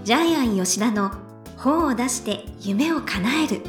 ジャイアン吉田の本を出して夢を叶える。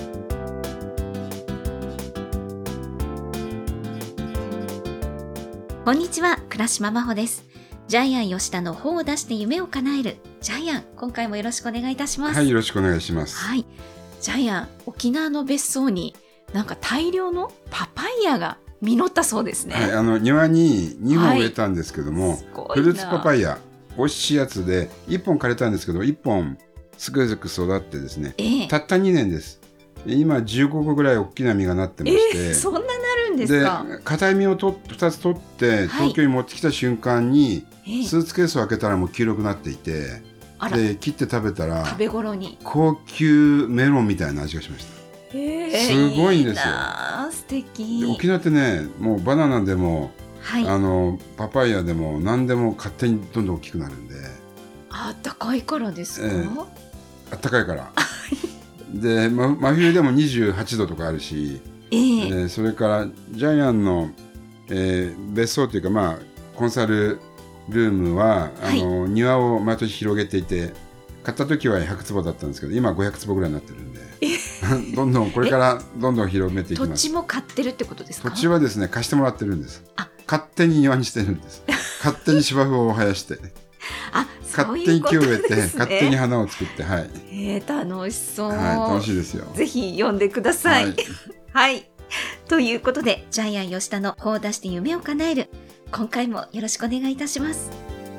こんにちは、倉島真帆です。ジャイアン吉田の本を出して夢を叶える。ジャイアン、今回もよろしくお願いいたします。 はい、よろしくお願いします。 はい、ジャイアン、沖縄の別荘になんか大量のパパイヤが実ったそうですね。 はい、庭に2本植えたんですけども、フルーツパパイヤ、美味しいやつで1本枯れたんですけど、1本すくすく育ってですね、たった2年です。今15個ぐらい大きな実がなってまして、 そんななるんですか。 で、硬い実を2つ取って東京に持ってきた瞬間に、スーツケースを開けたらもう黄色くなっていて、で切って食べたら食べ頃に高級メロンみたいな味がしました。すごいんですよ。 素敵。 沖縄ってね、もうバナナでも、パパイヤでも何でも勝手にどんどん大きくなるんで。 あったかいからですか。 あったかいからで、真冬でも28度とかあるし、それからジャイアンの、別荘というか、コンサルルームは庭を毎年広げていて、買った時は100坪だったんですけど、今500坪ぐらいになってるんでどんどんこれからどんどん広めていきます。 土地も買ってるってことですか。 土地はですね、貸してもらってるんです。勝手に庭にしてるんです勝手に芝生を生やして勝手に木を植えて、勝手に花を作って、はい。 楽しそう。 楽しいですよ。 ぜひ読んでください。はい。ということで、ジャイアン吉田の本を出して夢を叶える。今回もよろしくお願いいたします。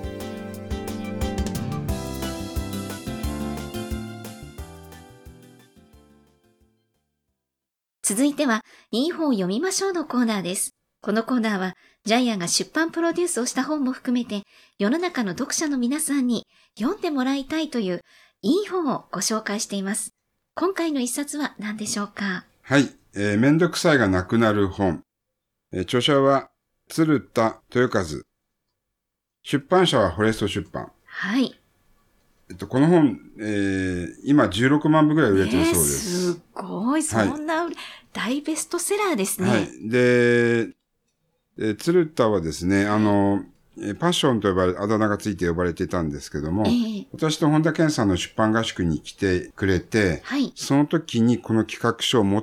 続いては、いい本を読みましょうのコーナーです。このコーナーは、ジャイアンが出版プロデュースをした本も含めて、世の中の読者の皆さんに読んでもらいたいといういい本をご紹介しています。今回の一冊は何でしょうか。 はい、めんどくさいがなくなる本。著者は鶴田豊和。出版社はフォレスト出版。 はい。 この本、今16万部ぐらい売れてるそうです。 すごい、そんな、大ベストセラーですね。 はい。で、鶴田はですね、パッションと呼ばれ、あだ名がついて呼ばれていたんですけども、私と本田健さんの出版合宿に来てくれて、その時にこの企画書を持って、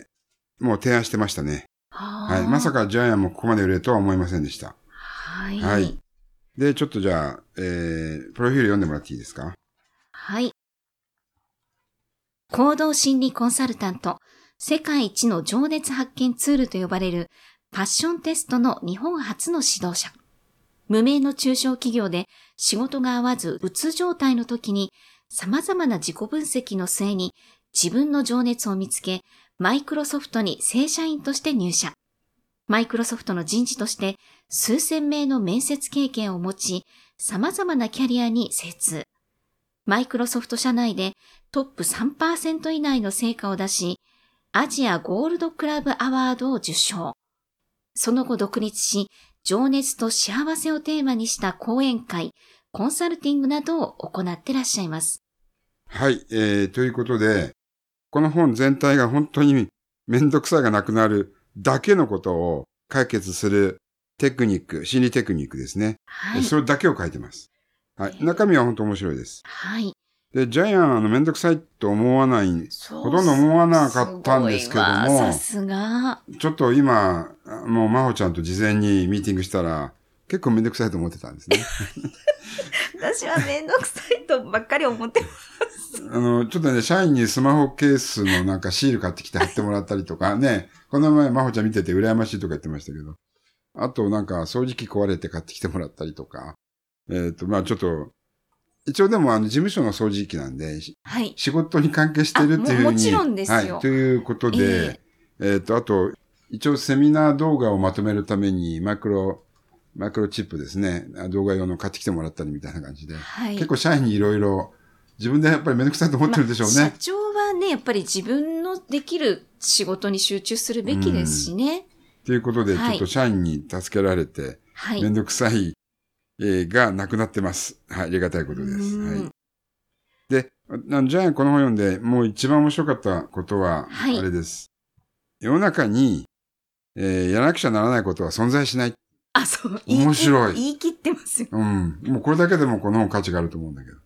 もう提案してましたね。はい。まさかジャイアンもここまで売れるとは思いませんでした。はい。で、ちょっとじゃあ、プロフィール読んでもらっていいですか。 はい。行動心理コンサルタント、世界一の情熱発見ツールと呼ばれるパッションテストの日本初の指導者。無名の中小企業で仕事が合わずうつ状態の時に様々な自己分析の末に自分の情熱を見つけ、マイクロソフトに正社員として入社。マイクロソフトの人事として数千名の面接経験を持ち、様々なキャリアに精通。マイクロソフト社内でトップ 3% 以内の成果を出し、アジアゴールドクラブアワードを受賞。その後独立し、情熱と幸せをテーマにした講演会、コンサルティングなどを行ってらっしゃいます。 はい、ということで、この本全体が本当にめんどくさいがなくなるだけのことを解決するテクニック、心理テクニックですね。それだけを書いてます。はい、中身は本当面白いです。 はい。 で、ジャイアンはめんどくさいと思わない、ほとんど思わなかったんですけども、 さすが。 ちょっと今、もう真帆ちゃんと事前にミーティングしたら、結構めんどくさいと思ってたんですね。 私はめんどくさいとばっかり思ってます。 ちょっとね、社員にスマホケースのなんかシール買ってきて貼ってもらったりとかね、この前真帆ちゃん見てて羨ましいとか言ってましたけど、あとなんか掃除機壊れて買ってきてもらったりとか、ちょっと、一応でも事務所の掃除機なんで、仕事に関係してるっていうふうに。 もちろんですよ。 ということで、あと、一応セミナー動画をまとめるためにマイクロチップですね、動画用の買ってきてもらったりみたいな感じで、結構社員にいろいろ自分でやっぱりめんどくさいと思ってるでしょうね。 社長はね、やっぱり自分のできる仕事に集中するべきですしね。 ということで、ちょっと社員に助けられて、めんどくさいがなくなってます。はい、ありがたいことです。はい。で、ジャイアンこの本読んで、もう一番面白かったことは、あれです。世の中に、やらなくちゃならないことは存在しない。 そう。 面白い。 言い切ってますよ。 もうこれだけでもこの本価値があると思うんだけど。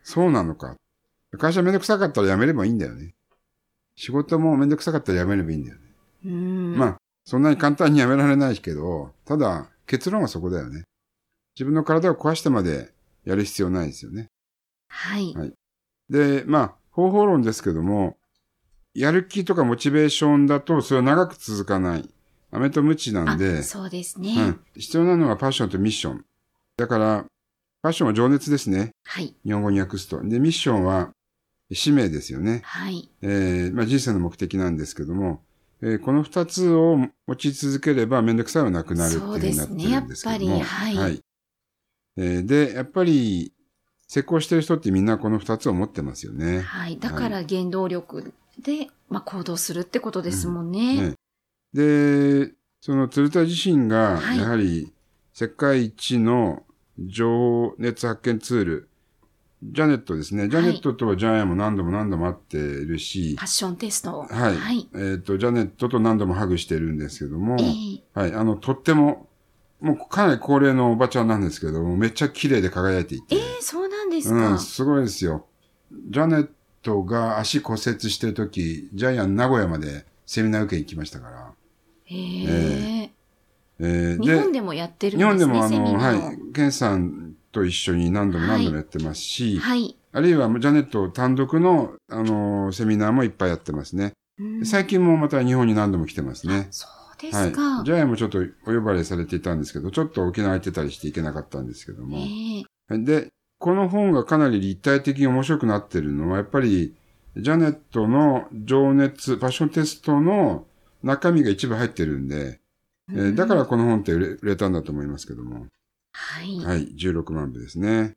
そうなのか。会社めんどくさかったら辞めればいいんだよね。仕事もめんどくさかったら辞めればいいんだよね。まあ、そんなに簡単に辞められないけど、ただ、結論はそこだよね。自分の体を壊してまでやる必要ないですよね。 はい。 はい。で、まあ、方法論ですけども、やる気とかモチベーションだと、それは長く続かない。飴とムチなんで、 そうですね。 必要なのはパッションとミッション。だから、パッションは情熱ですね。 はい。 日本語に訳すと。で、ミッションは使命ですよね。 はい。 まあ、人生の目的なんですけども、この二つを持ち続ければめんどくさいはなくなるっていうふうになってるんですけども。 そうですね、やっぱり。はい。 で、やっぱり、成功してる人ってみんなこの二つを持ってますよね。 はい。だから原動力で、まあ、行動するってことですもんね。 で、その鶴田自身が、やはり世界一の情熱発見ツール、ジャネットですね。ジャネットとはジャイアンも何度も会ってるし。 パッションテスト。 はい。はい。ジャネットと何度もハグしてるんですけども。はい。とっても、もうかなり高齢のおばちゃんなんですけども、めっちゃ綺麗で輝いていて。 そうなんですか。 すごいですよ。ジャネットが足骨折してるとき、ジャイアン名古屋までセミナー受けに行きましたから。 日本でもやってるんですね。 日本でもはい。ケンさんと一緒に何度もやってますし、はい。あるいはジャネット単独の、セミナーもいっぱいやってますね。最近もまた日本に何度も来てますね。 そうですか。 はい。ジャイアンもちょっとお呼ばれされていたんですけど、ちょっと沖縄行ってたりして行けなかったんですけども。で、この本がかなり立体的に面白くなってるのは、やっぱり、ジャネットの情熱、パッションテストの中身が一部入ってるんで、だからこの本って売れたんだと思いますけども。 はい。 はい、16万部ですね。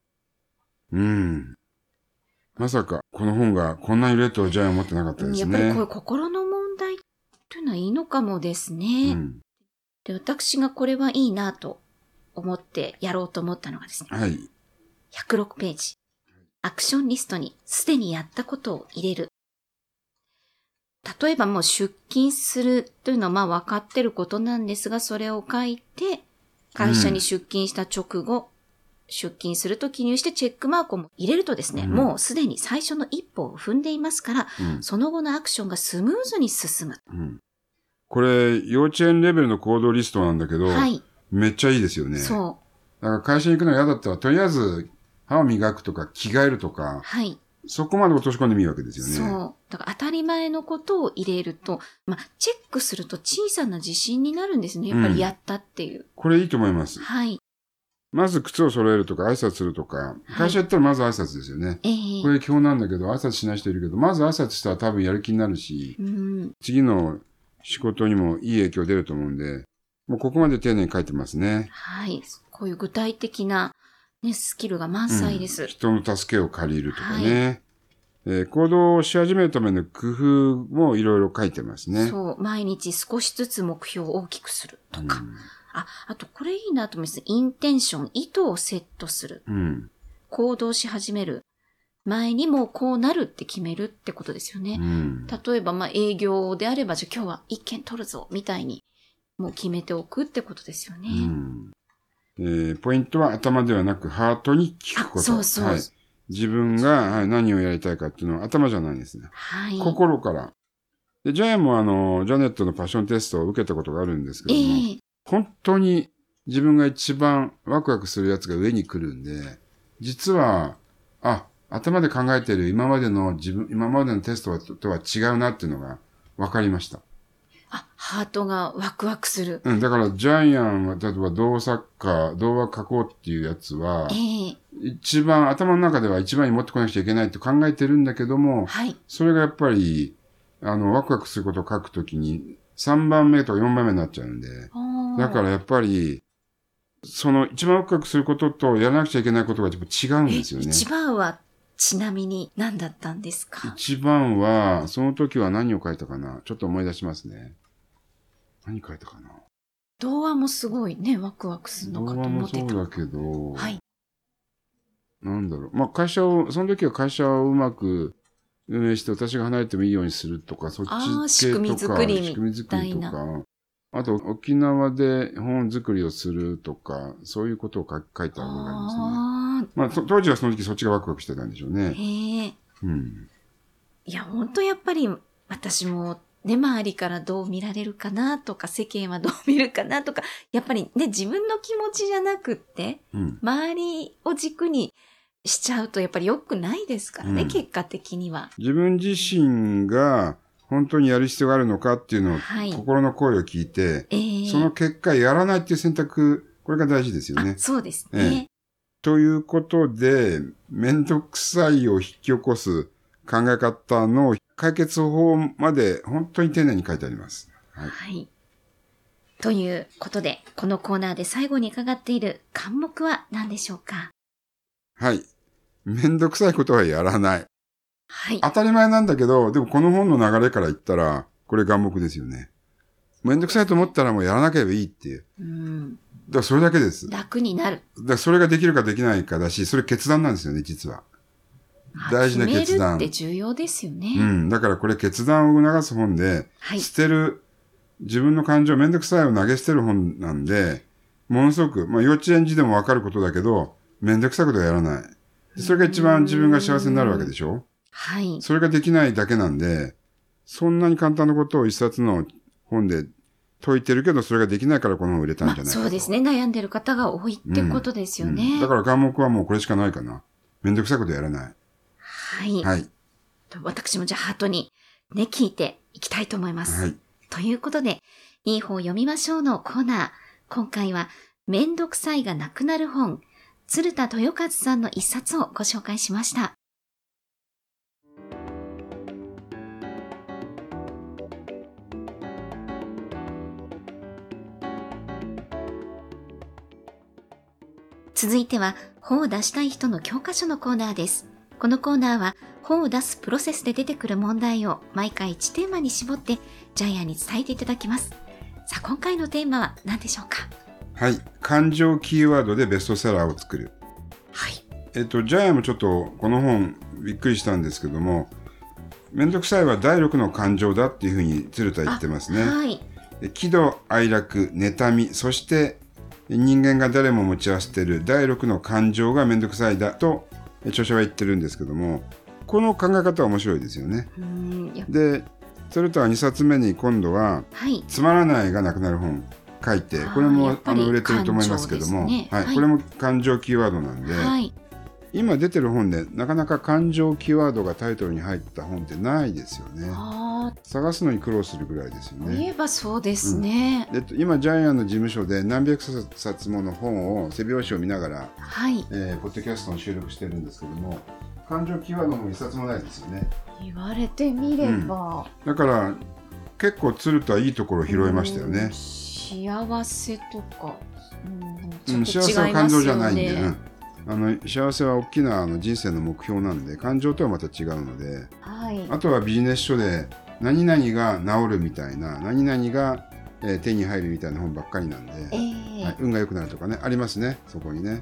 まさか、この本がこんなに売れるとジャイアン思ってなかったですね。 やっぱりこういう心の問題というのはいいのかもですね。で、私がこれはいいなと思ってやろうと思ったのがですね。はい。106ページ。アクションリストにすでにやったことを入れる。例えばもう出勤するというのはまあ分かってることなんですが、それを書いて、会社に出勤した直後、出勤すると記入してチェックマークを入れるとですね、もうすでに最初の一歩を踏んでいますから、その後のアクションがスムーズに進む。 これ、幼稚園レベルの行動リストなんだけど、はい、めっちゃいいですよね。そう。だから会社に行くのが嫌だったら、とりあえず歯を磨くとか着替えるとか、はい。そこまで落とし込んでもいいわけですよね。 そう。だから当たり前のことを入れると、まあ、チェックすると小さな自信になるんですね。やっぱりやったっていう。 これいいと思います。はい。まず靴を揃えるとか挨拶するとか、会社行ったらまず挨拶ですよね。これ基本なんだけど、挨拶しない人いるけど、まず挨拶したら多分やる気になるし、次の仕事にもいい影響出ると思うんで、もうここまで丁寧に書いてますね。 はい。こういう具体的な、ね、スキルが満載です。 人の助けを借りるとかね。はい、行動をし始めるための工夫もいろいろ書いてますね。 そう。毎日少しずつ目標を大きくするとか。あとこれいいなと思います。インテンション、意図をセットする。行動し始める。前にもうこうなるって決めるってことですよね。例えば、まあ営業であれば、じゃあ今日は一件取るぞ、みたいに、もう決めておくってことですよね。 ポイントは頭ではなくハートに聞くこと。そうそう。はい、自分が何をやりたいかっていうのは頭じゃないんですね。はい。心から。で、ジャイアンもジャネットのパッションテストを受けたことがあるんですけども、本当に自分が一番ワクワクするやつが上に来るんで、実は、頭で考えている今までのテストとは違うなっていうのが分かりました。 ハートがワクワクする。 だからジャイアンは、例えば童話書こうっていうやつは、一番、頭の中では一番に持ってこなくちゃいけないと考えてるんだけども、はい、それがやっぱり、ワクワクすることを書くときに、3番目とか4番目になっちゃうんで、だからやっぱり、その一番ワクワクすることとやらなくちゃいけないことが違うんですよね。 一番はちなみに何だったんですか？ 一番は、その時は何を書いたかな？ちょっと思い出しますね。何書いたかな？ 童話もすごいね、ワクワクするのかと思ってた。 童話もそうだけど、はい。なんだろう。まあ、その時は会社をうまく運営して私が離れてもいいようにするとか、そっち系とか、 仕組み作りとか、あと沖縄で本作りをするとか、そういうことを書いてあるのがありますね。 まあ、当時はその時そっちがワクワクしてたんでしょうね。 いや、本当やっぱり私もね、周りからどう見られるかなとか、世間はどう見るかなとか、やっぱりね、自分の気持ちじゃなくって、周りを軸にしちゃうとやっぱり良くないですからね、結果的には。 自分自身が本当にやる必要があるのかっていうのを、心の声を聞いて、その結果やらないっていう選択、これが大事ですよね。 そうですね。 ということで、めんどくさいを引き起こす考え方の解決法まで本当に丁寧に書いてあります。 はい。ということで、このコーナーで最後に伺っている願目は何でしょうか？ はい。めんどくさいことはやらない。 はい。 当たり前なんだけど、でもこの本の流れから言ったら、これ願目ですよね。めんどくさいと思ったらもうやらなければいいっていう。だからそれだけです。 楽になる。 だからそれができるかできないかだし、それ決断なんですよね、実は。大事な決断。 決めるって重要ですよね。 だからこれ決断を促す本で、捨てる、自分の感情、めんどくさいを投げ捨てる本なんで、ものすごく、まあ幼稚園児でもわかることだけど、めんどくさいことはやらない。それが一番自分が幸せになるわけでしょ？ はい。 それができないだけなんで、そんなに簡単なことを一冊の本で解いてるけど、それができないからこの本を売れたんじゃないかと。 そうですね。悩んでる方が多いってことですよね。 だから願目はもうこれしかないかな。めんどくさいことやらない。 はい。はい。私もじゃあハートにね、聞いていきたいと思います。はい。ということで、いい本を読みましょうのコーナー。今回は、めんどくさいがなくなる本、鶴田豊和さんの一冊をご紹介しました。続いては、本を出したい人の教科書のコーナーです。このコーナーは、本を出すプロセスで出てくる問題を毎回1テーマに絞って、ジャイアンに伝えていただきます。さあ、今回のテーマは何でしょうか？ はい。感情キーワードでベストセラーを作る。 はい。 ジャイアンもちょっとこの本びっくりしたんですけども、めんどくさいは第6の感情だっていうふうに鶴田言ってますね。はい。喜怒哀楽、妬み、そして人間が誰も持ち合わせている第6の感情がめんどくさいだと著者は言ってるんですけども、この考え方は面白いですよね。で、鶴田は2冊目に今度は、はい、つまらないがなくなる本書いて、これも売れてると思いますけども、ね、はい、これも感情キーワードなんで、はい、今出てる本でなかなか感情キーワードがタイトルに入った本ってないですよね。探すのに苦労するぐらいですよね。 言えばそうですね。 で今ジャイアンの事務所で何百冊もの本を背表紙を見ながら、はいポッドキャストの収録してるんですけども、感情キーワードも一冊もないですよね。 言われてみれば、 だから結構鶴田はいいところを拾いましたよね。 幸せとか、 幸せは感情じゃないんで、幸せは大きな人生の目標なんで、感情とはまた違うので、はい、あとはビジネス書で何々が治るみたいな、何々が、手に入るみたいな本ばっかりなんで、はい、運が良くなるとかね、ありますね、そこにね。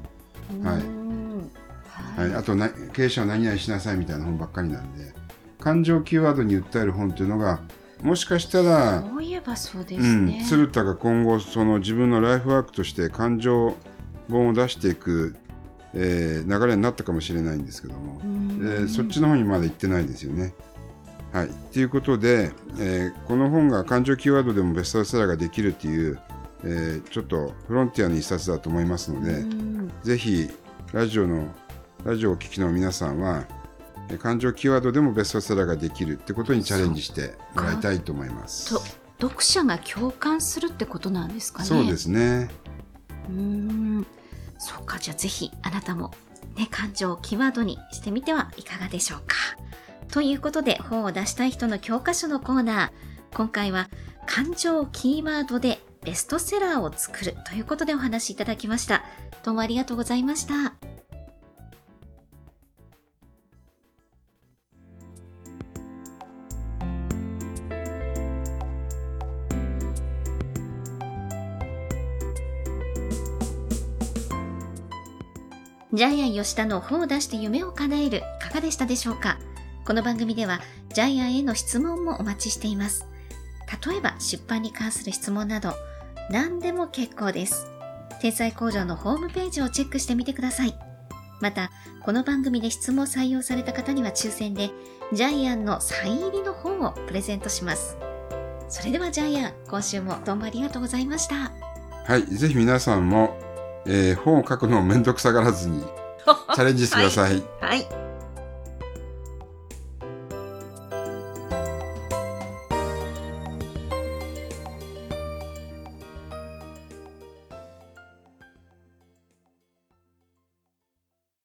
はいはい、あと経営者は何々しなさいみたいな本ばっかりなんで、感情キーワードに訴える本っていうのがもしかしたら、 そういえばそうですね。 鶴田が今後その自分のライフワークとして感情本を出していく、流れになったかもしれないんですけども、そっちの方にまだ行ってないですよね。はい。ということで、この本が感情キーワードでもベストセラーができるっていう、ちょっとフロンティアの一冊だと思いますので、ぜひラジオをお聞きの皆さんは、感情キーワードでもベストセラーができるってことにチャレンジしてもらいたいと思います。 読者が共感するってことなんですかね。 そうですね。 そうか、じゃあぜひあなたも、ね、感情をキーワードにしてみてはいかがでしょうか。ということで、本を出したい人の教科書のコーナー、今回は感情キーワードでベストセラーを作るということでお話しいただきました。どうもありがとうございました。ジャイアン吉田の本を出して夢を叶える、いかがでしたでしょうか。この番組ではジャイアンへの質問もお待ちしています。例えば出版に関する質問など何でも結構です。天才工場のホームページをチェックしてみてください。 また、この番組で質問を採用された方には抽選で、ジャイアンのサイン入りの本をプレゼントします。それではジャイアン、今週もどうもありがとうございました。 はい、ぜひ皆さんも、本を書くのをめんどくさがらずにチャレンジしてください。 はい。